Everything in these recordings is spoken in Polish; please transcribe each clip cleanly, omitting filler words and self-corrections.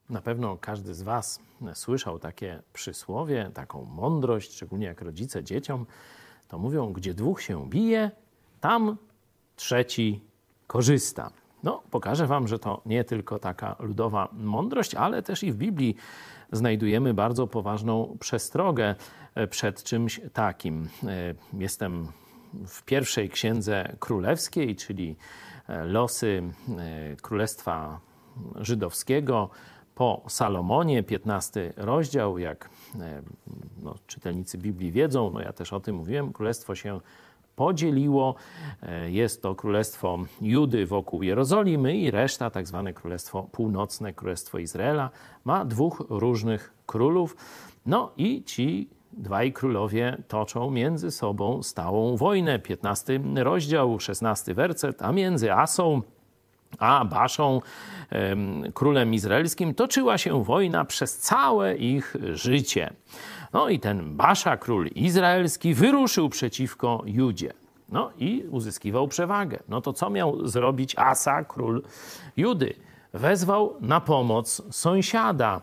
Na pewno każdy z Was słyszał takie przysłowie, taką mądrość, szczególnie jak rodzice dzieciom, to mówią, gdzie dwóch się bije, tam trzeci korzysta. No, pokażę Wam, że to nie tylko taka ludowa mądrość, ale też i w Biblii znajdujemy bardzo poważną przestrogę przed czymś takim. Jestem w pierwszej księdze królewskiej, czyli losy Królestwa Żydowskiego po Salomonie, 15 rozdział, jak czytelnicy Biblii wiedzą, ja też o tym mówiłem, królestwo się podzieliło. Jest to królestwo Judy wokół Jerozolimy i reszta, tak zwane królestwo północne, królestwo Izraela, ma dwóch różnych królów. No i ci dwaj królowie toczą między sobą stałą wojnę. 15 rozdział, 16 werset, a między Asą a Baszą, królem izraelskim, toczyła się wojna przez całe ich życie. No i ten Basza, król izraelski, wyruszył przeciwko Judzie. No i uzyskiwał przewagę. No to co miał zrobić Asa, król Judy? Wezwał na pomoc sąsiada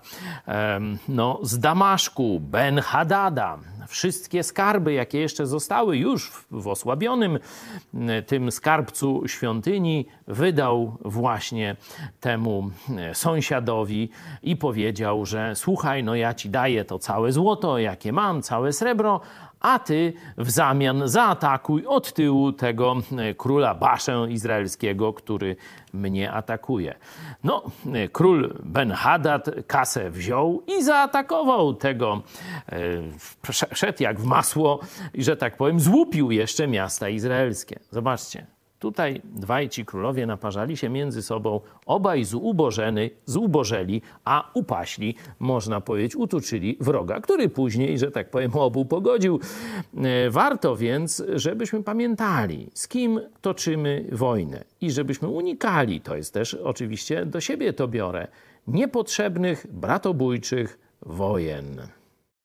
z Damaszku, Ben-Hadada. Wszystkie skarby, jakie jeszcze zostały już w osłabionym tym skarbcu świątyni, wydał właśnie temu sąsiadowi i powiedział, że słuchaj, ja ci daję to całe złoto, jakie mam, całe srebro, a ty w zamian zaatakuj od tyłu tego króla Baszę izraelskiego, który mnie atakuje. No, król Ben-Hadad kasę wziął i zaatakował tego. Szedł jak w masło i, że tak powiem, złupił jeszcze miasta izraelskie. Zobaczcie. Tutaj dwaj ci królowie naparzali się między sobą, obaj zubożeli, a upaśli, można powiedzieć, utuczyli wroga, który później, że tak powiem, obu pogodził. Warto więc, żebyśmy pamiętali, z kim toczymy wojnę i żebyśmy unikali, to jest też oczywiście do siebie to biorę, niepotrzebnych, bratobójczych wojen.